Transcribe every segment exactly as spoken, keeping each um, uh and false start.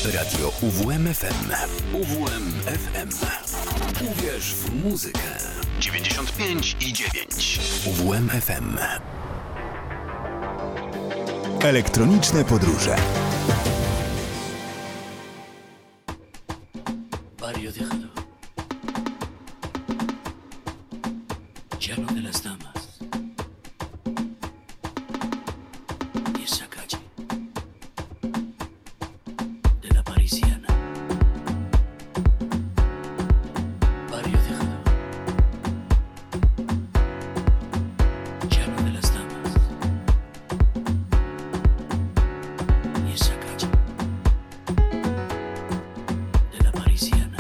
Radio U W M F M. U W M F M. Uwierz w muzykę. dziewięćdziesiąt pięć i dziewięć. U W M F M. Elektroniczne podróże. Barrio Tejado. Llano de las Damas. Y esa calle de la Parisiana. Barrio Tejado. Llano de las Damas. Y esa calle de la Parisiana.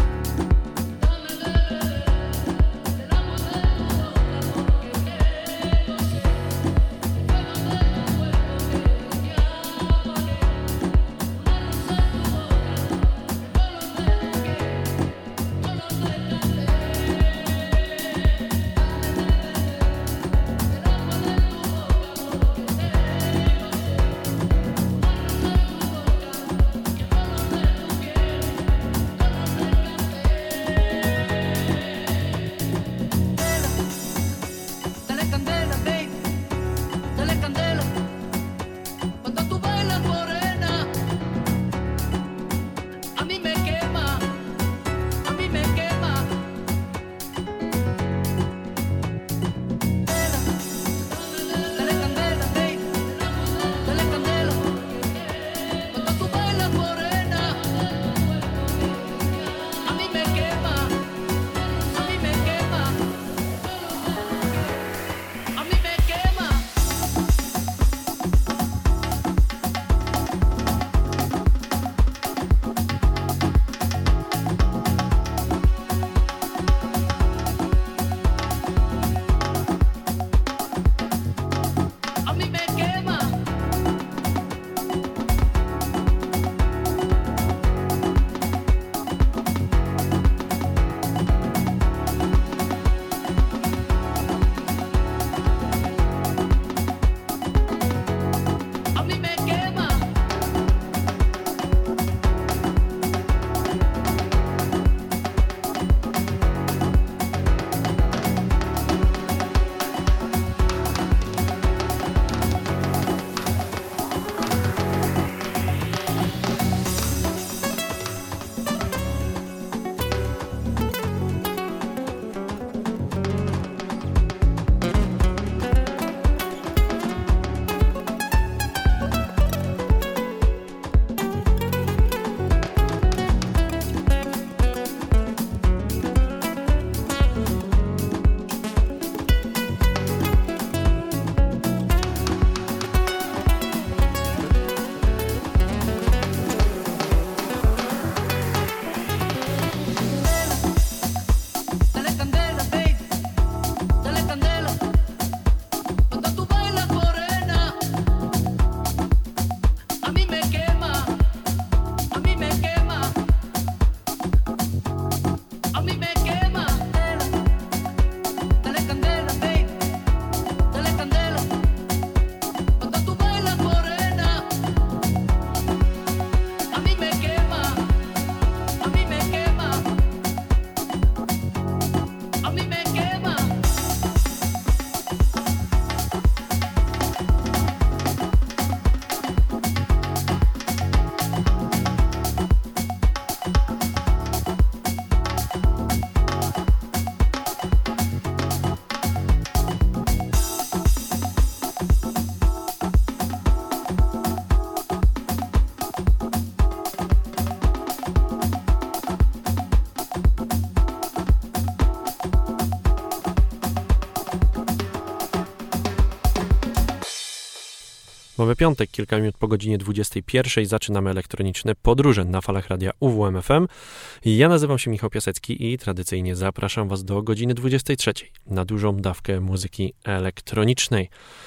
Mamy piątek, kilka minut po godzinie dwudziestej pierwszej. Zaczynamy elektroniczne podróże na falach radia U W M F M. Ja nazywam się Michał Piasecki i tradycyjnie zapraszam Was do godziny dwudziestej trzeciej na dużą dawkę muzyki elektronicznej.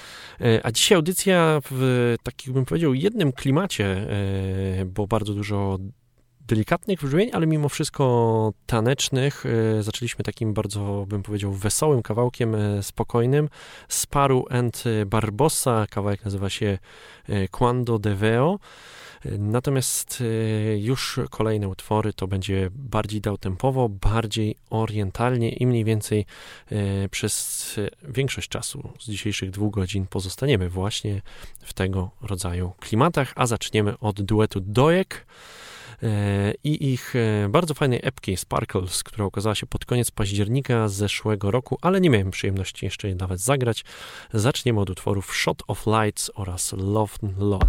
A dzisiaj audycja w takim, bym powiedział, jednym klimacie, bo bardzo dużo delikatnych brzmień, ale mimo wszystko tanecznych. Zaczęliśmy takim bardzo, bym powiedział, wesołym kawałkiem, spokojnym. Sparu and Barbossa. Kawałek nazywa się Quando Te Veo. Natomiast już kolejne utwory to będzie bardziej downtempowo, bardziej orientalnie i mniej więcej przez większość czasu z dzisiejszych dwóch godzin pozostaniemy właśnie w tego rodzaju klimatach, a zaczniemy od duetu Dojek i ich bardzo fajnej epki Sparkles, która ukazała się pod koniec października zeszłego roku, ale nie miałem przyjemności jeszcze jej nawet zagrać. Zaczniemy od utworów Shot of Lights oraz Love Love.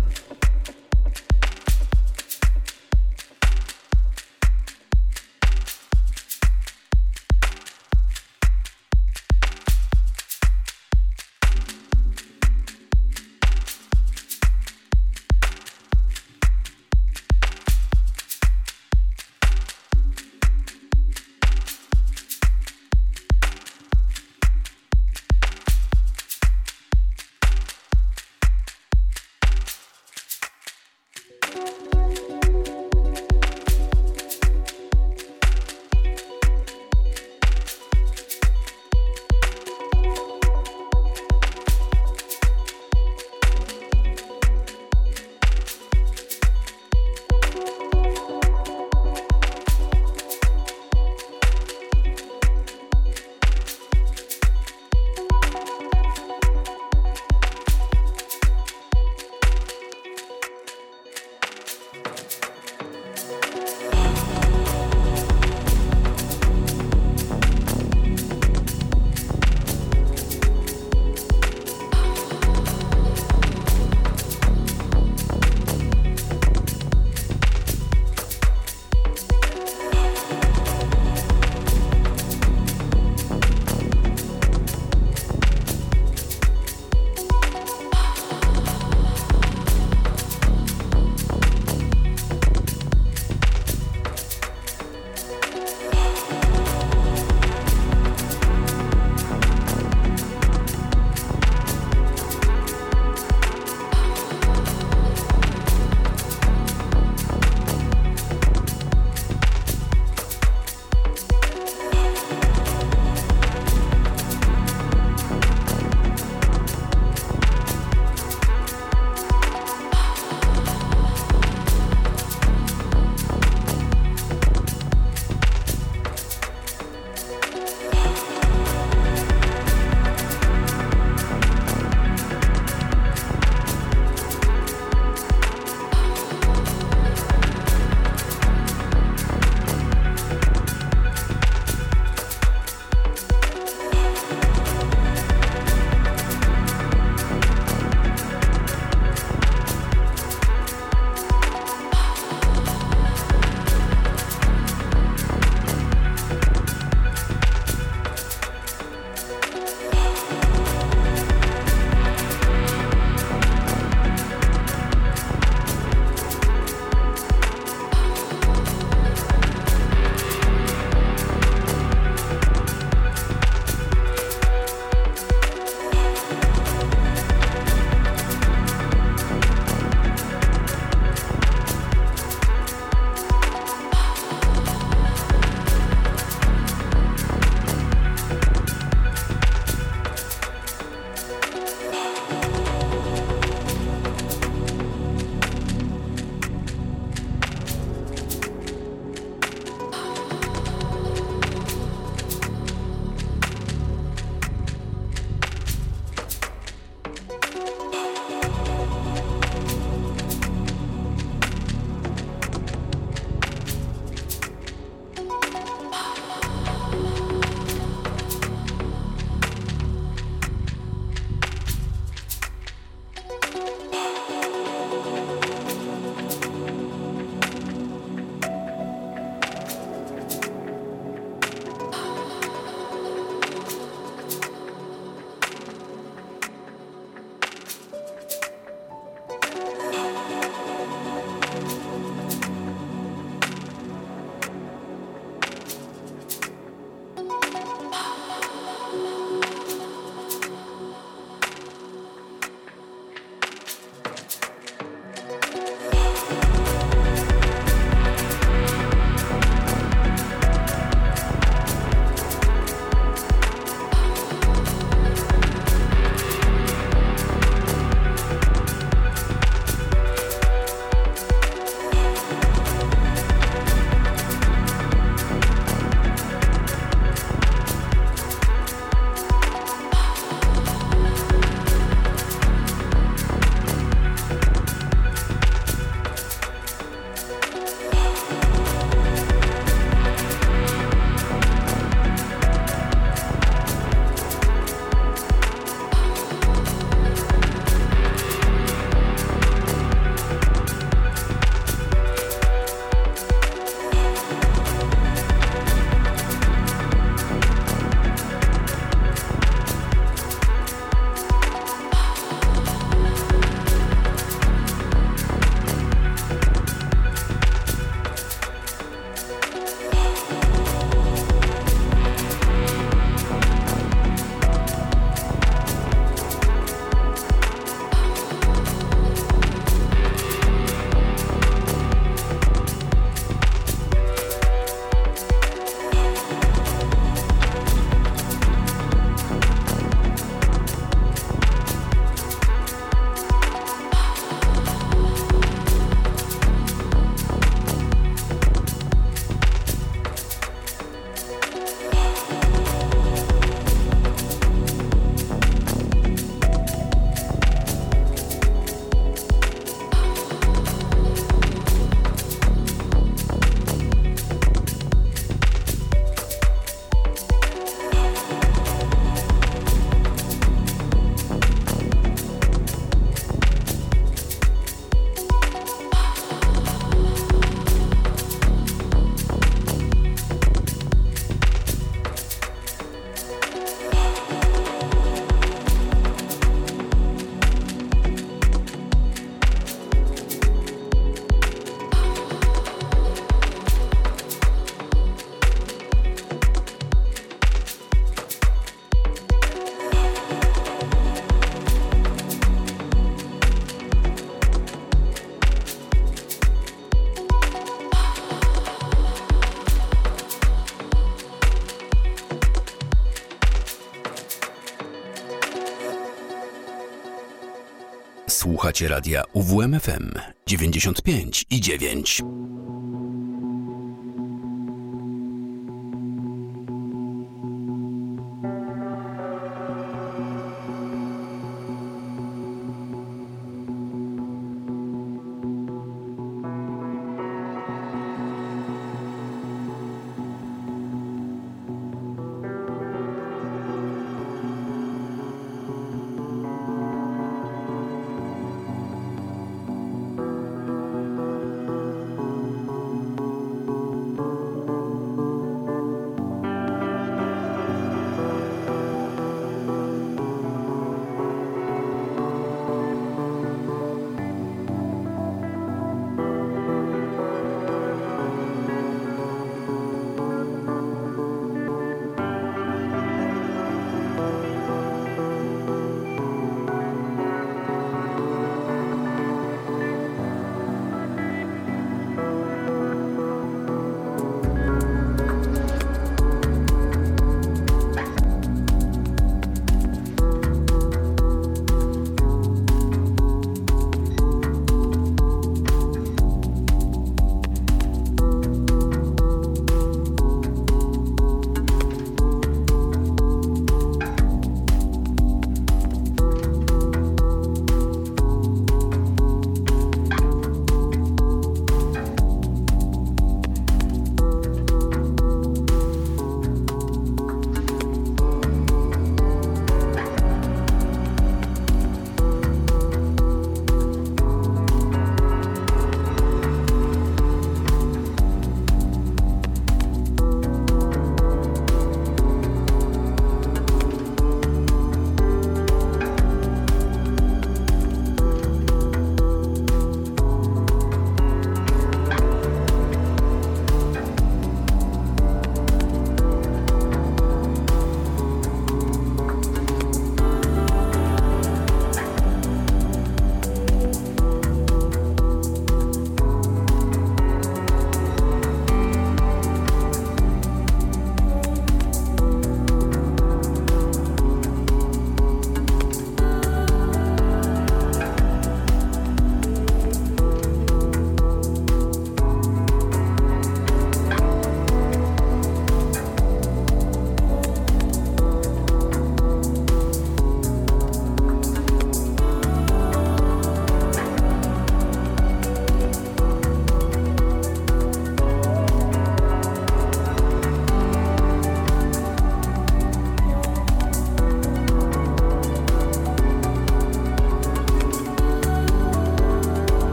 Słuchacie radia U W M F M dziewięćdziesiąt pięć i dziewięć.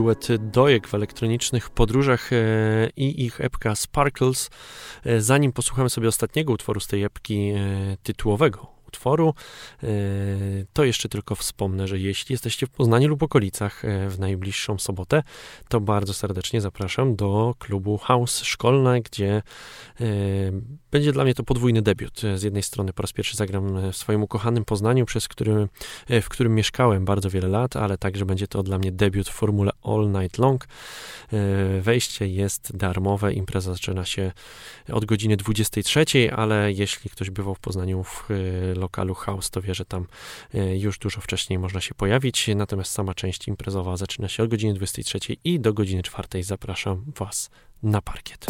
duet Dojek w elektronicznych podróżach i ich epka Sparkles. Zanim posłuchamy sobie ostatniego utworu z tej epki, tytułowego utworu, to jeszcze tylko wspomnę, że jeśli jesteście w Poznaniu lub okolicach w najbliższą sobotę, to bardzo serdecznie zapraszam do klubu House Szkolne, gdzie będzie dla mnie to podwójny debiut. Z jednej strony po raz pierwszy zagram w swoim ukochanym Poznaniu, przez którym, w którym mieszkałem bardzo wiele lat, ale także będzie to dla mnie debiut w formule All Night Long. Wejście jest darmowe, impreza zaczyna się od godziny dwudziestej trzeciej, ale jeśli ktoś bywał w Poznaniu w lokalu House, to wie, że tam już dużo wcześniej można się pojawić, natomiast sama część imprezowa zaczyna się od godziny dwudziestej trzeciej i do godziny czwartej zapraszam Was na parkiet.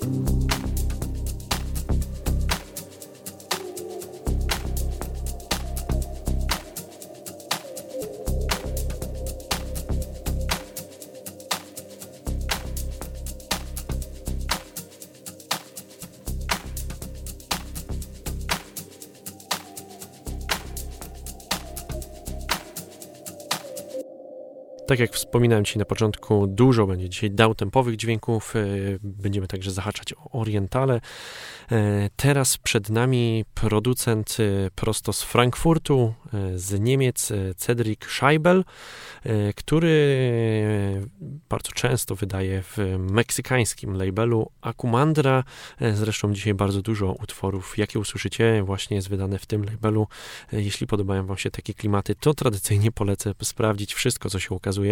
Tak jak wspominałem Ci na początku, dużo będzie dzisiaj downtempowych dźwięków, będziemy także zahaczać o orientale. Teraz przed nami producent prosto z Frankfurtu, z Niemiec, Cedric Scheibel, który bardzo często wydaje w meksykańskim labelu Akumandra. Zresztą dzisiaj bardzo dużo utworów, jakie usłyszycie, właśnie jest wydane w tym labelu. Jeśli podobają Wam się takie klimaty, to tradycyjnie polecę sprawdzić wszystko, co się ukazuje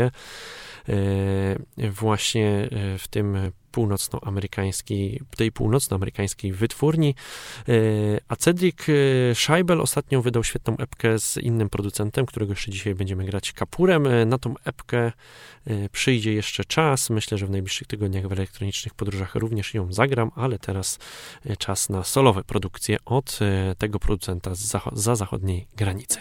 właśnie w tym północnoamerykańskiej, tej północnoamerykańskiej wytwórni. A Cedric Scheibel ostatnio wydał świetną epkę z innym producentem, którego jeszcze dzisiaj będziemy grać, Kapurem. Na tą epkę przyjdzie jeszcze czas. Myślę, że w najbliższych tygodniach w elektronicznych podróżach również ją zagram, ale teraz czas na solowe produkcje od tego producenta za, za zachodniej granicy.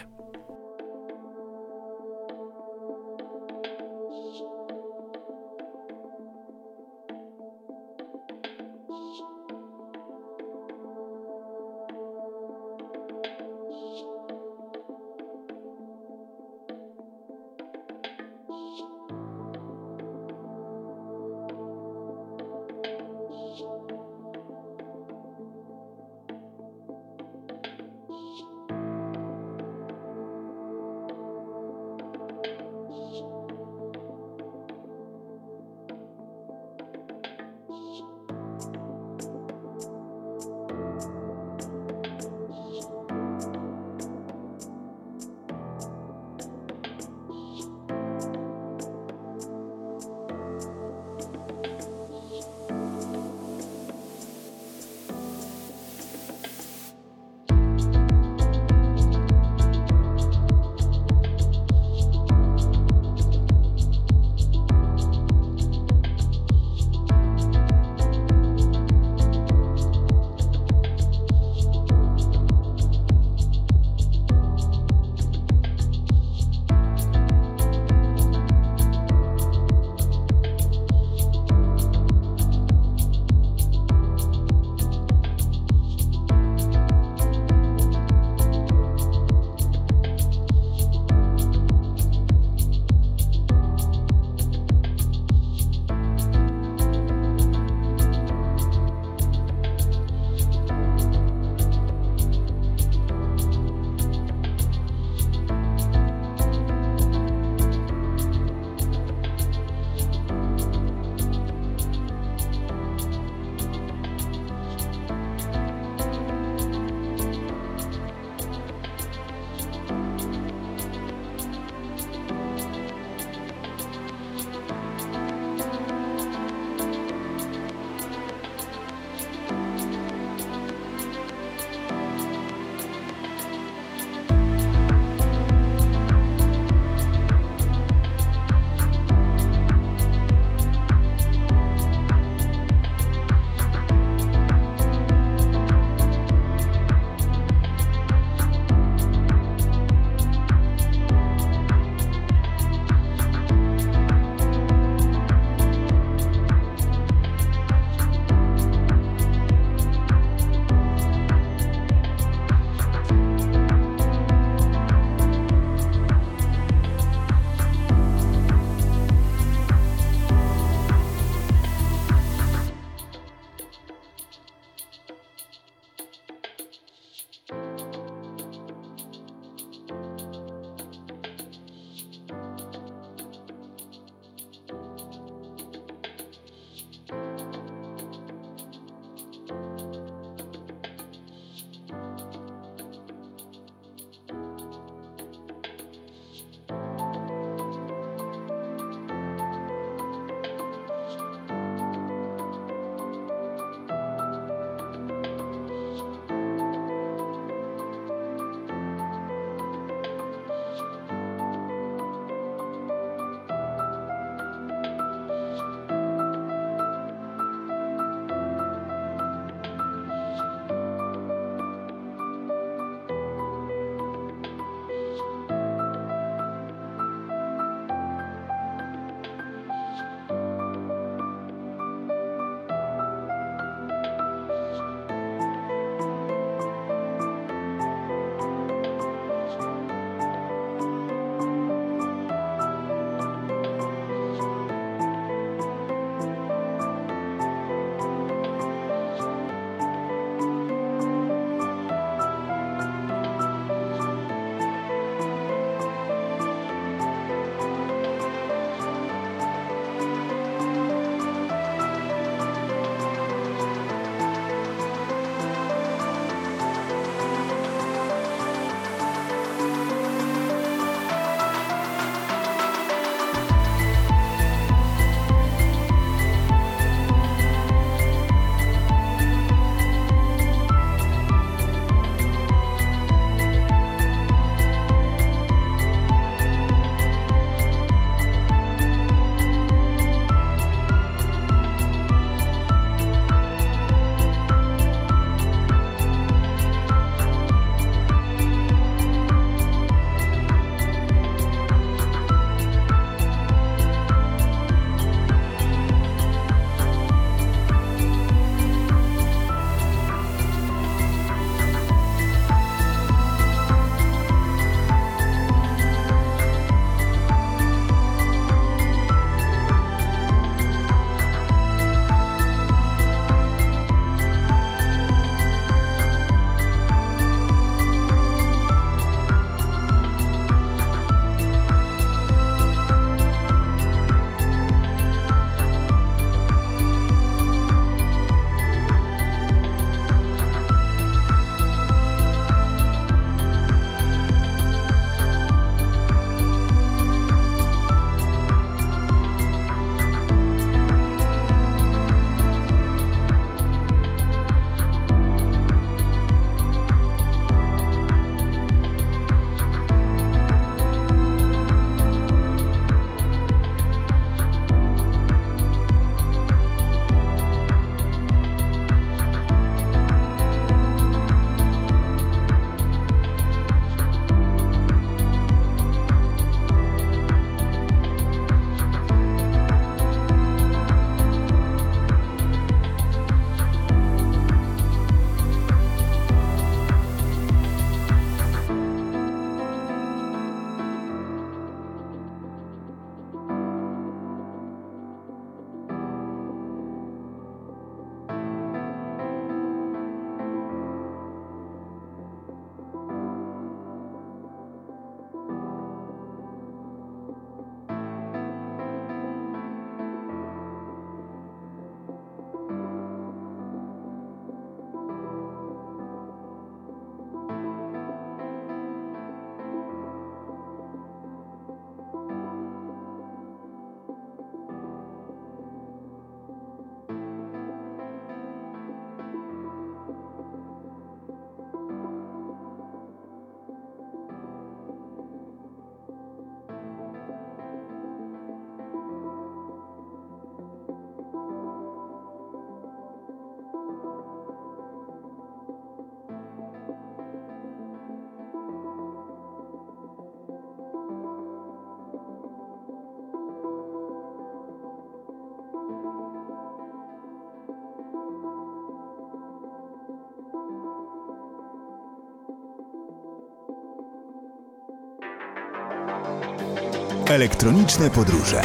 Elektroniczne podróże.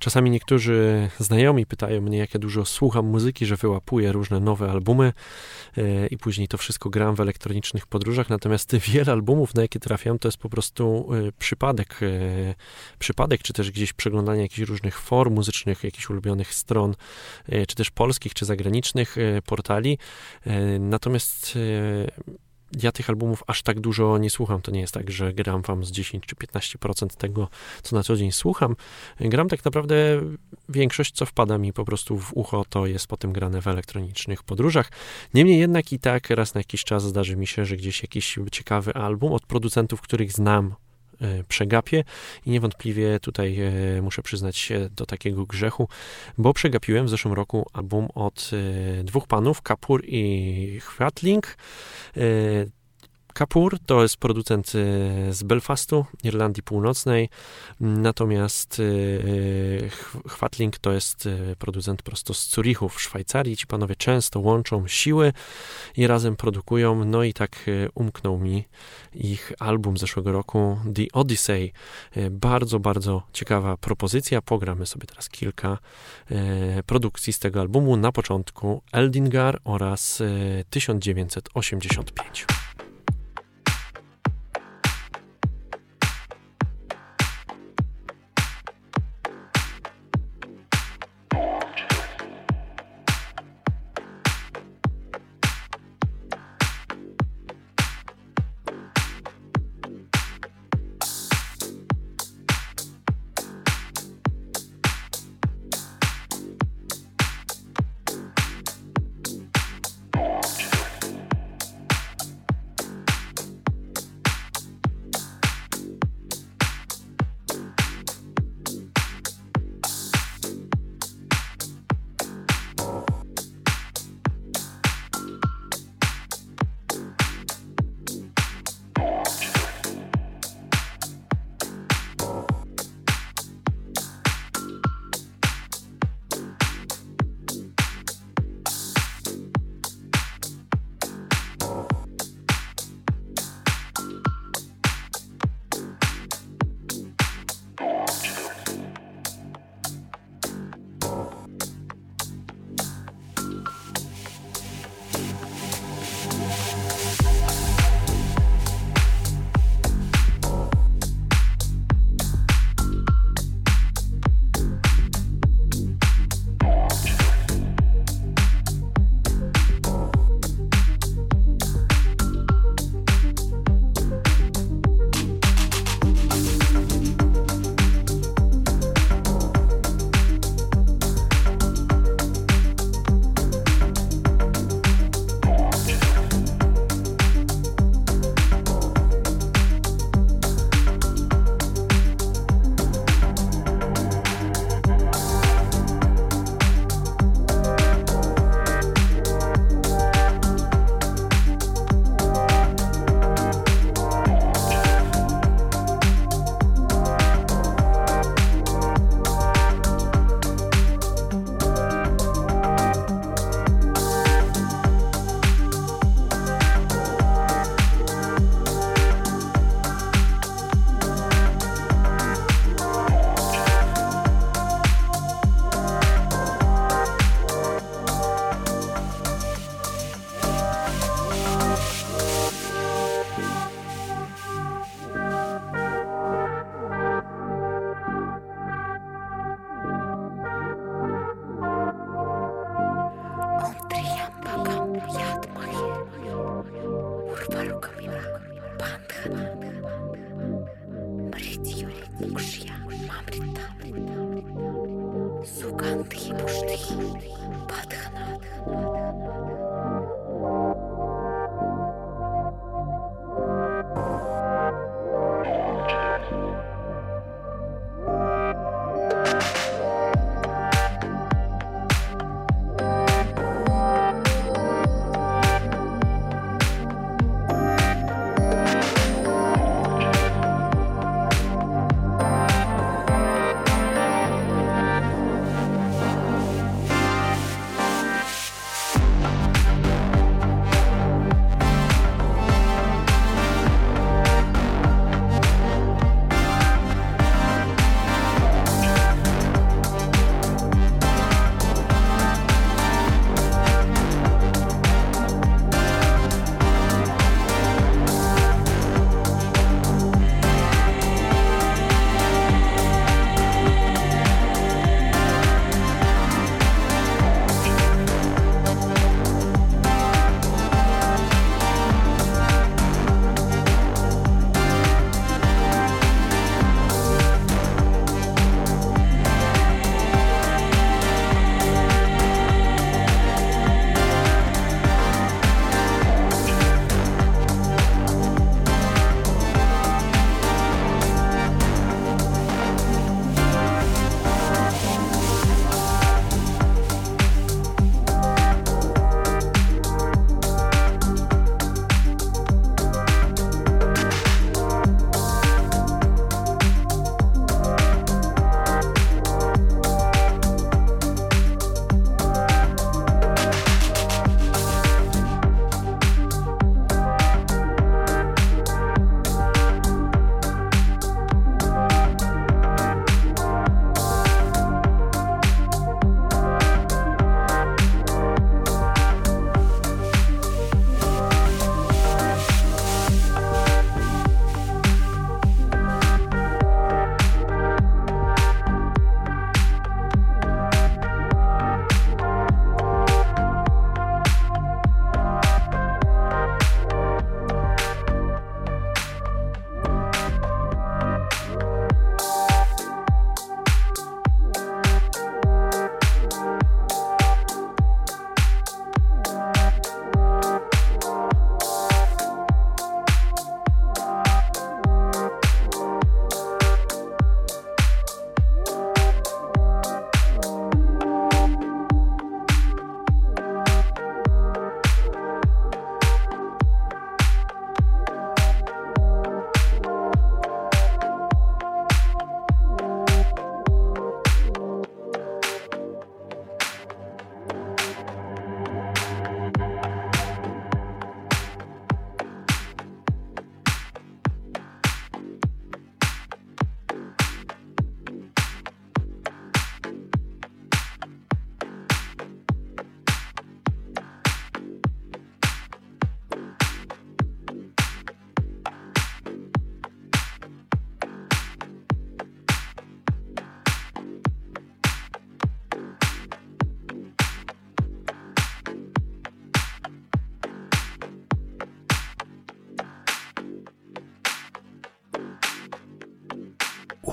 Czasami niektórzy znajomi pytają mnie, jak ja dużo słucham muzyki, że wyłapuję różne nowe albumy yy, i później to wszystko gram w elektronicznych podróżach, natomiast wiele albumów, na jakie trafiam, to jest po prostu yy, przypadek, yy, przypadek, czy też gdzieś przeglądanie jakichś różnych form muzycznych, jakichś ulubionych stron, yy, czy też polskich, czy zagranicznych yy, portali. Yy, natomiast yy, ja tych albumów aż tak dużo nie słucham. To nie jest tak, że gram wam z dziesięć czy piętnaście procent tego, co na co dzień słucham. Gram tak naprawdę większość, co wpada mi po prostu w ucho, to jest potem grane w elektronicznych podróżach. Niemniej jednak i tak raz na jakiś czas zdarzy mi się, że gdzieś jakiś ciekawy album od producentów, których znam, przegapię i niewątpliwie tutaj muszę przyznać się do takiego grzechu, bo przegapiłem w zeszłym roku album od dwóch panów, Kapoor i Chwatling. Kapoor to jest producent z Belfastu, Irlandii Północnej, natomiast Chwatling to jest producent prosto z Zurichu w Szwajcarii. Ci panowie często łączą siły i razem produkują, no i tak umknął mi ich album z zeszłego roku, The Odyssey. Bardzo, bardzo ciekawa propozycja. Pogramy sobie teraz kilka produkcji z tego albumu. Na początku Eldingar oraz tysiąc dziewięćset osiemdziesiąt pięć.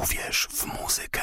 Uwierz w muzykę.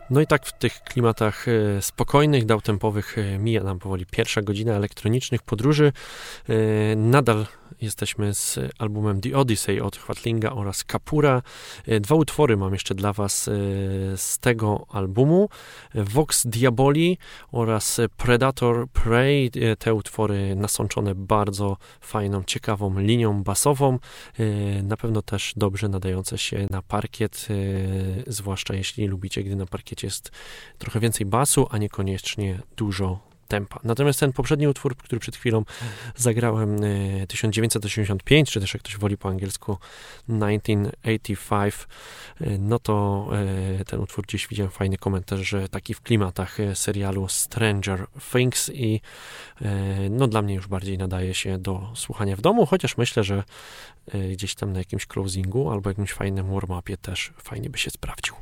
No i tak w tych klimatach spokojnych, downtempowych mija nam powoli pierwsza godzina elektronicznych podróży. Nadal jesteśmy z albumem The Odyssey od Chwatlinga oraz Kapura. Dwa utwory mam jeszcze dla Was z tego albumu. Vox Diaboli oraz Predator Prey. Te utwory nasączone bardzo fajną, ciekawą linią basową. Na pewno też dobrze nadające się na parkiet, zwłaszcza jeśli lubicie, gdy na parkiecie jest trochę więcej basu, a niekoniecznie dużo tempa. Natomiast ten poprzedni utwór, który przed chwilą zagrałem, tysiąc dziewięćset osiemdziesiąt pięć, czy też jak ktoś woli po angielsku tysiąc dziewięćset osiemdziesiąt pięć, no to ten utwór gdzieś widziałem fajny komentarz, że taki w klimatach serialu Stranger Things i no dla mnie już bardziej nadaje się do słuchania w domu, chociaż myślę, że gdzieś tam na jakimś closingu albo jakimś fajnym warm-upie też fajnie by się sprawdził.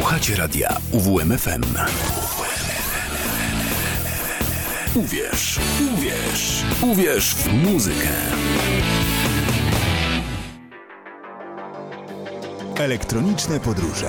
Słuchacie radia U W M F M. Uwierz, uwierz, uwierz w muzykę. Elektroniczne podróże.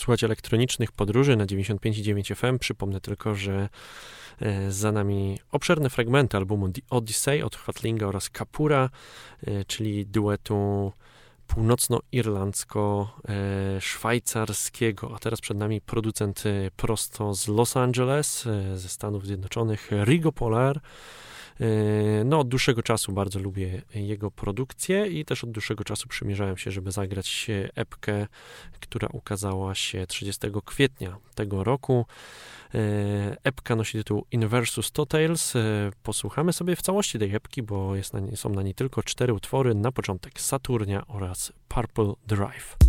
słuchać elektronicznych podróży na dziewięćdziesiąt pięć i dziewięć F M. Przypomnę tylko, że za nami obszerne fragmenty albumu The Odyssey od Hatlinga oraz Kapura, czyli duetu północnoirlandzko-szwajcarskiego. A teraz przed nami producent prosto z Los Angeles, ze Stanów Zjednoczonych, Rigo Polar. No, od dłuższego czasu bardzo lubię jego produkcję i też od dłuższego czasu przymierzałem się, żeby zagrać epkę, która ukazała się trzydziestego kwietnia tego roku. Epka nosi tytuł Inversus Totales. Posłuchamy sobie w całości tej epki, bo jest na nie, są na niej tylko cztery utwory. Na początek Saturnia oraz Purple Drive.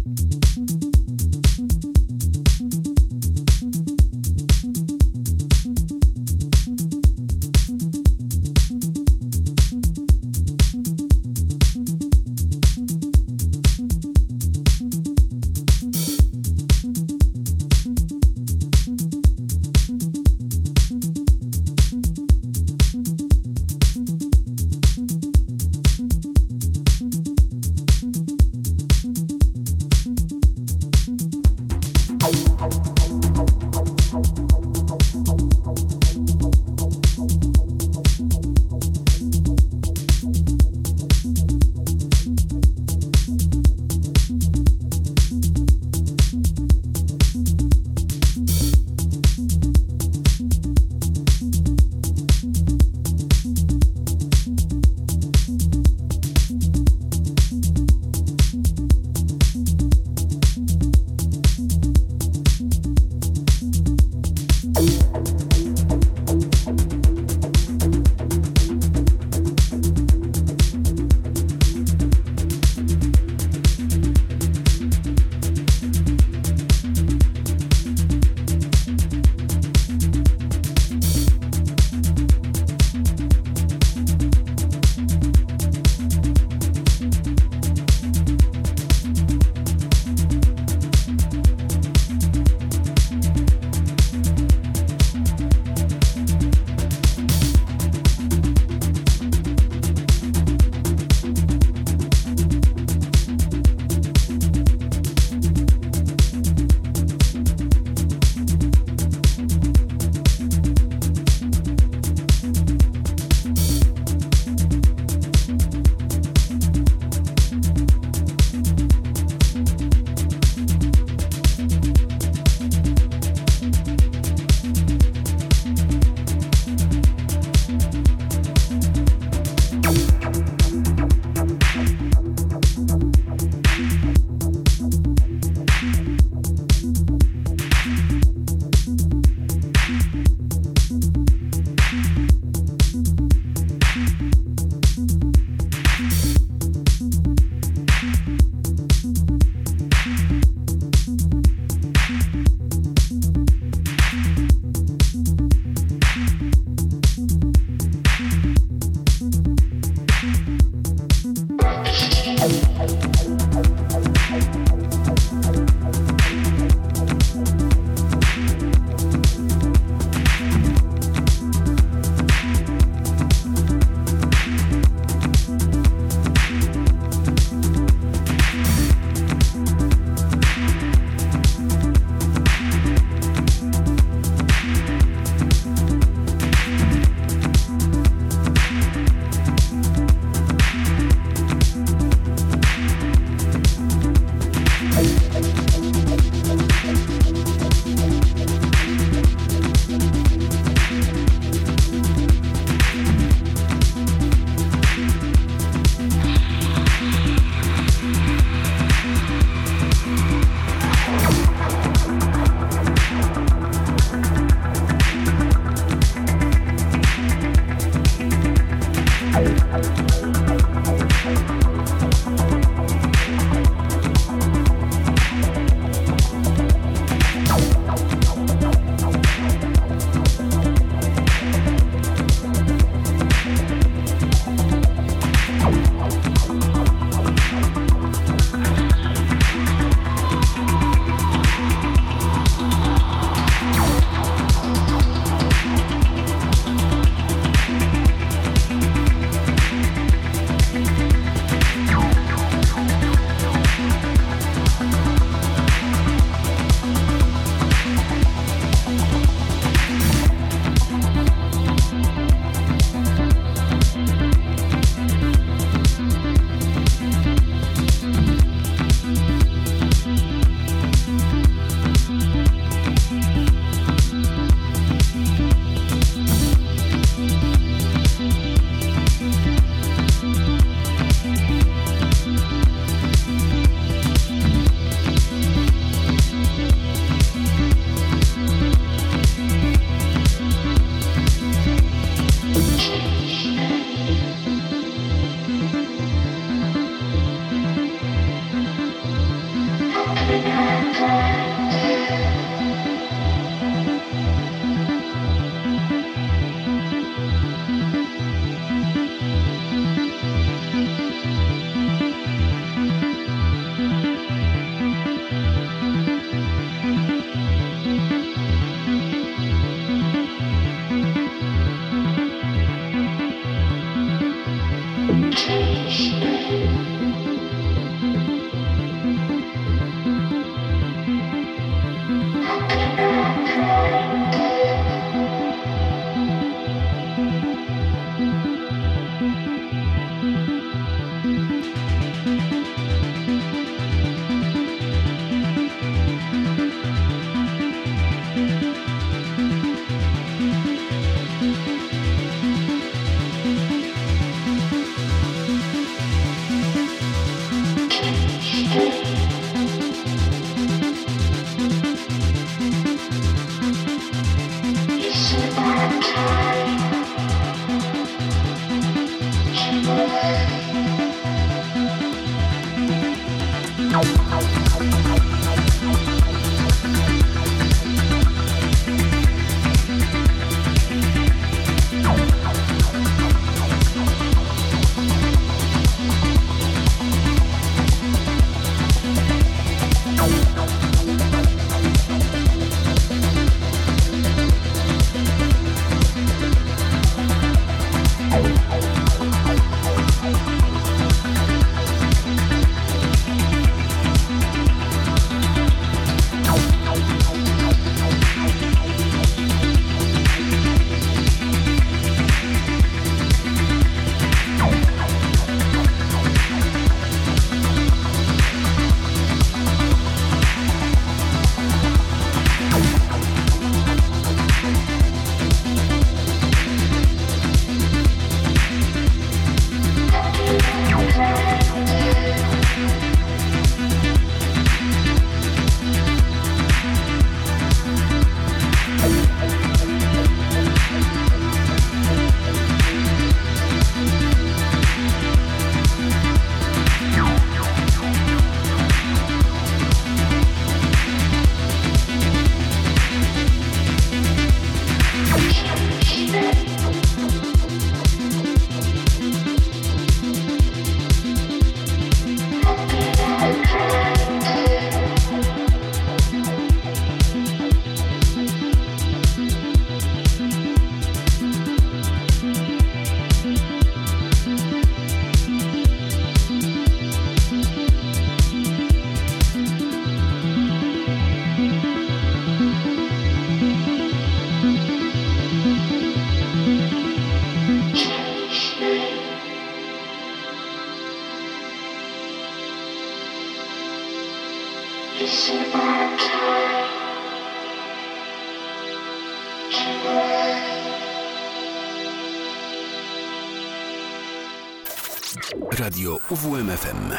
Radio U W M F M.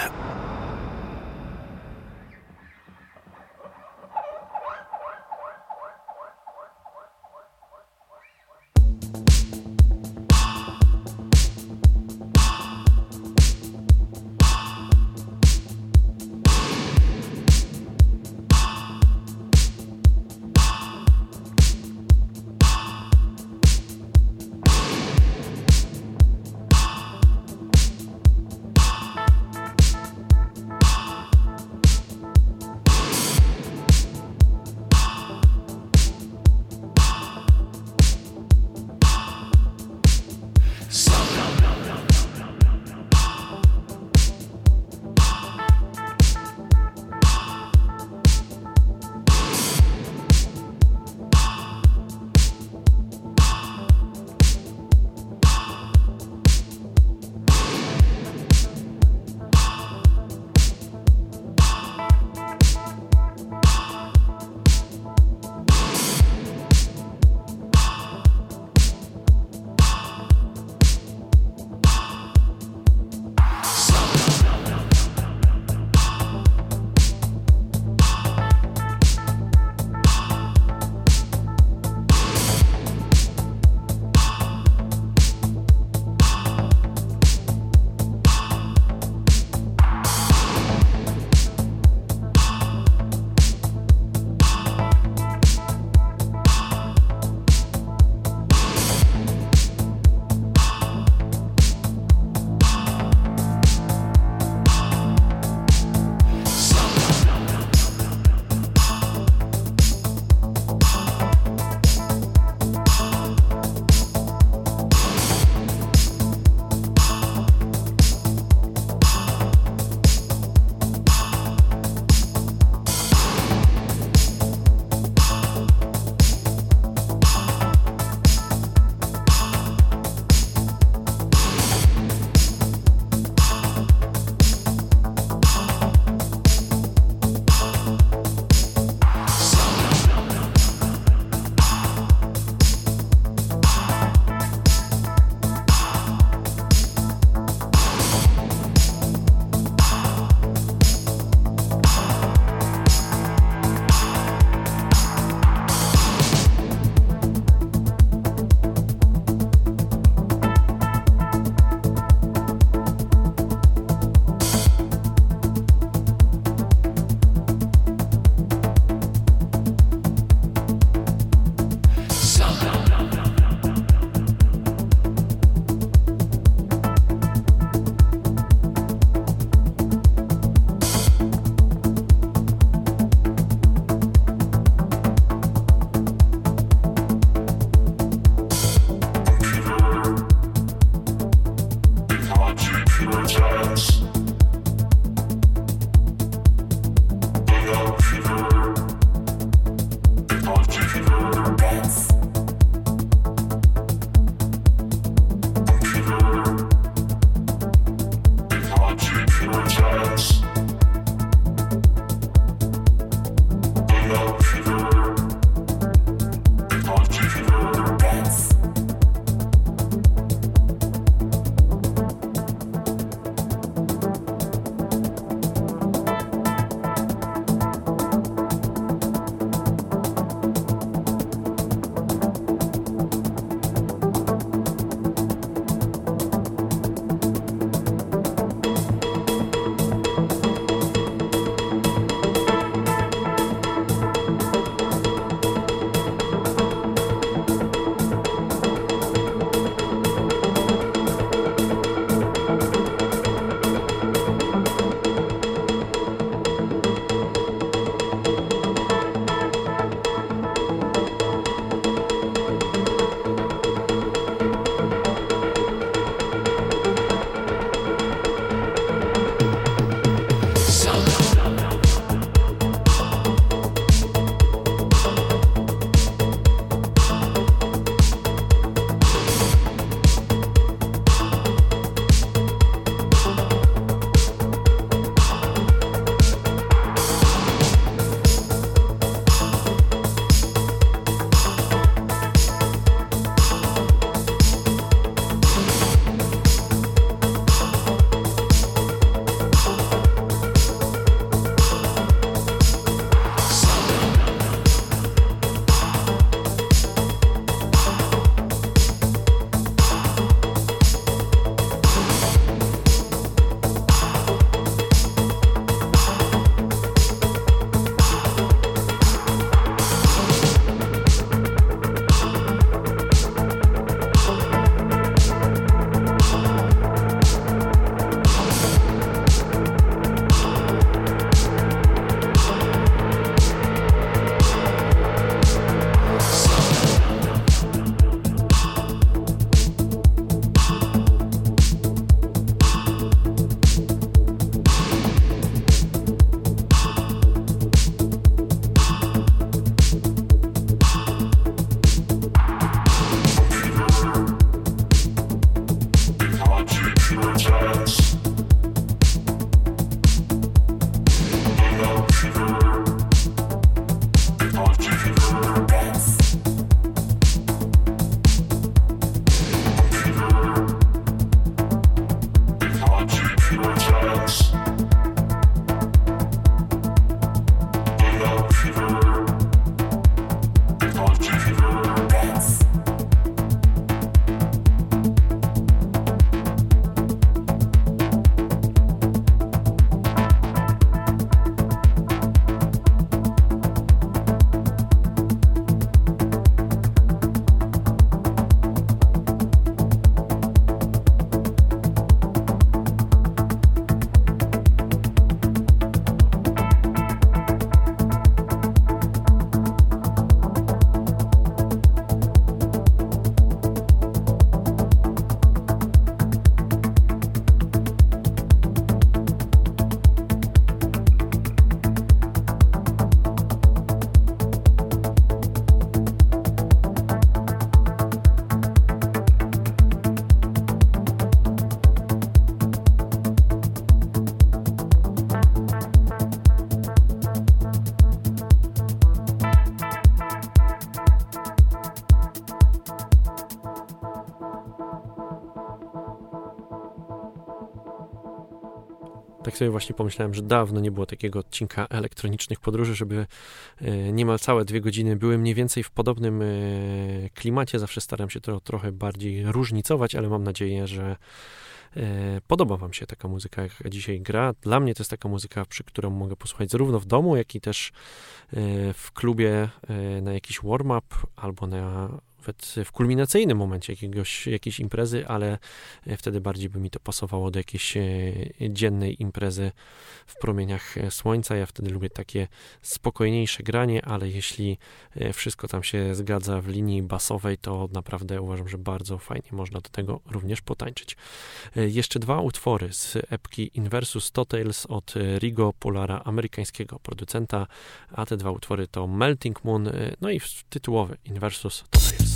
Tak sobie właśnie pomyślałem, że dawno nie było takiego odcinka elektronicznych podróży, żeby e, niemal całe dwie godziny były mniej więcej w podobnym e, klimacie. Zawsze staram się to trochę bardziej różnicować, ale mam nadzieję, że e, podoba wam się taka muzyka, jak dzisiaj gra. Dla mnie to jest taka muzyka, przy którą mogę posłuchać zarówno w domu, jak i też e, w klubie e, na jakiś warm-up albo na nawet w kulminacyjnym momencie jakiegoś, jakiejś imprezy, ale wtedy bardziej by mi to pasowało do jakiejś dziennej imprezy w promieniach słońca. Ja wtedy lubię takie spokojniejsze granie, ale jeśli wszystko tam się zgadza w linii basowej, to naprawdę uważam, że bardzo fajnie można do tego również potańczyć. Jeszcze dwa utwory z epki Inversus Totales od Rigo Polara, amerykańskiego producenta, a te dwa utwory to Melting Moon, no i tytułowy Inversus Totales.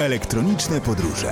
Elektroniczne podróże.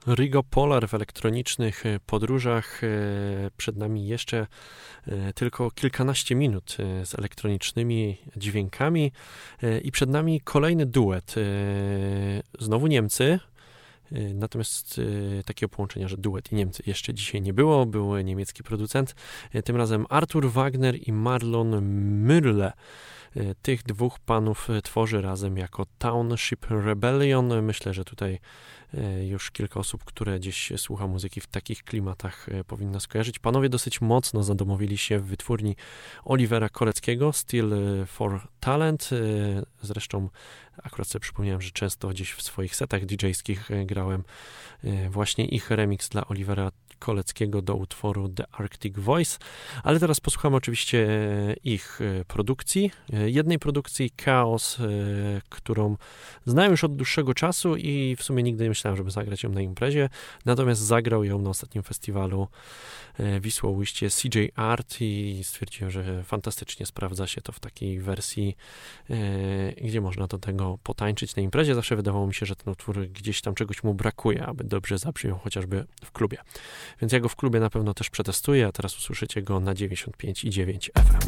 Rigo Polar w elektronicznych podróżach. Przed nami jeszcze tylko kilkanaście minut z elektronicznymi dźwiękami i przed nami kolejny duet. Znowu Niemcy. Natomiast takiego połączenia, że duet i Niemcy jeszcze dzisiaj nie było. Był niemiecki producent. Tym razem Arthur Wagner i Marlon Mürle. Tych dwóch panów tworzy razem jako Township Rebellion. Myślę, że tutaj już kilka osób, które gdzieś słucha muzyki w takich klimatach, powinno skojarzyć. Panowie dosyć mocno zadomowili się w wytwórni Olivera Koleckiego, Steel for Talent. Zresztą akurat sobie przypomniałem, że często gdzieś w swoich setach didżejskich grałem właśnie ich remix dla Olivera Koleckiego do utworu The Arctic Voice, ale teraz posłuchamy oczywiście ich produkcji. Jednej produkcji Chaos, którą znam już od dłuższego czasu i w sumie nigdy nie myślałem, żeby zagrać ją na imprezie, natomiast zagrał ją na ostatnim festiwalu Wisłoujście C J Art i stwierdziłem, że fantastycznie sprawdza się to w takiej wersji, gdzie można do tego potańczyć na imprezie. Zawsze wydawało mi się, że ten utwór gdzieś tam czegoś mu brakuje, aby dobrze zabrzmiał chociażby w klubie. Więc ja go w klubie na pewno też przetestuję, a teraz usłyszycie go na dziewięćdziesiąt pięć i dziewięć F M.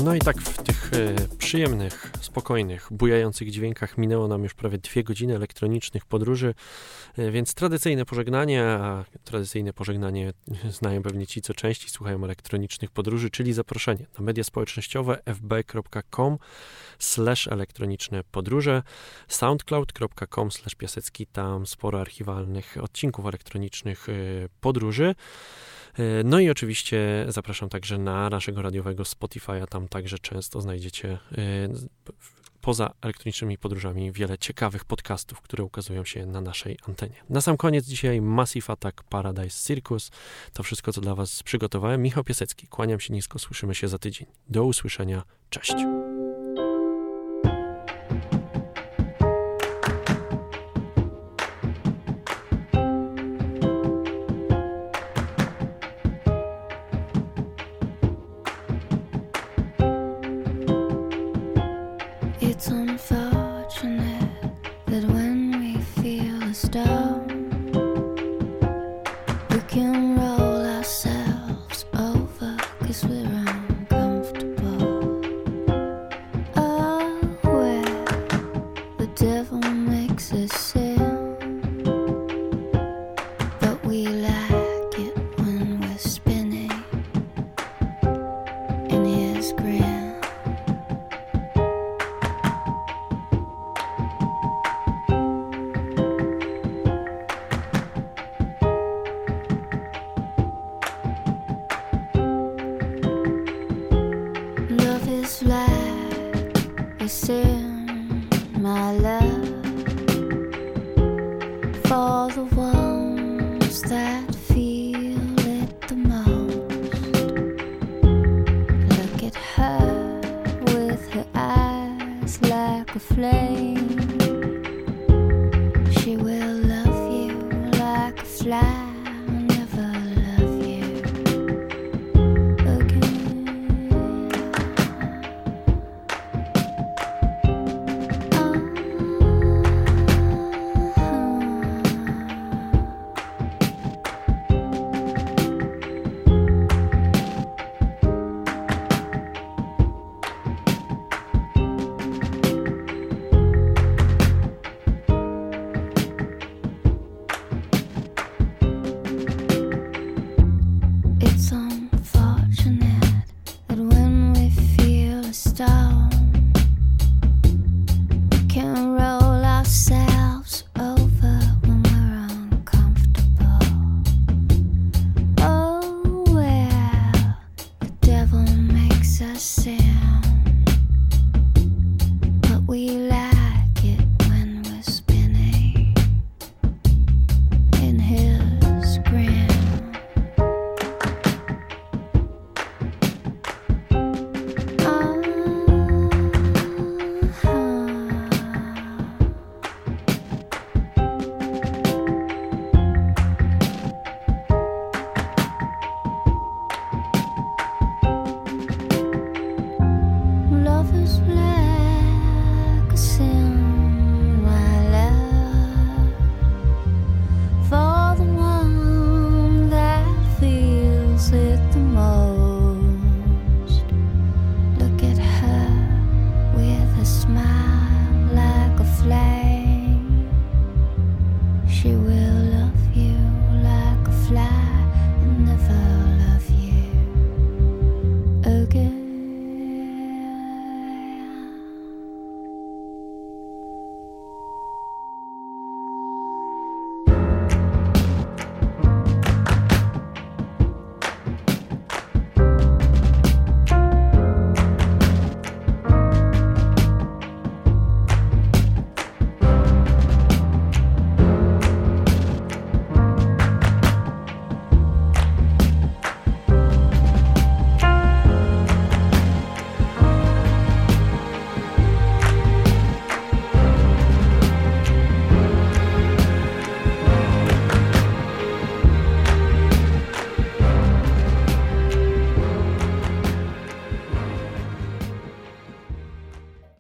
No i tak w tych e, przyjemnych, spokojnych, bujających dźwiękach minęło nam już prawie dwie godziny elektronicznych podróży, e, więc tradycyjne pożegnanie, a tradycyjne pożegnanie znają pewnie ci, co częściej słuchają elektronicznych podróży, czyli zaproszenie na media społecznościowe f b kropka com slash elektroniczne podróże, soundcloud kropka com slash piasecki, tam sporo archiwalnych odcinków elektronicznych e, podróży. No i oczywiście zapraszam także na naszego radiowego Spotify'a, tam także często znajdziecie poza elektronicznymi podróżami wiele ciekawych podcastów, które ukazują się na naszej antenie. Na sam koniec dzisiaj Massive Attack Paradise Circus. To wszystko, co dla Was przygotowałem. Michał Piasecki, kłaniam się nisko, słyszymy się za tydzień. Do usłyszenia, cześć. It's unfortunate that when we feel a storm, we can roll ourselves over 'cause we're uncomfortable. Oh, where the devil makes us sin, but we like it when we're spinning in his grin. Love is like a sin.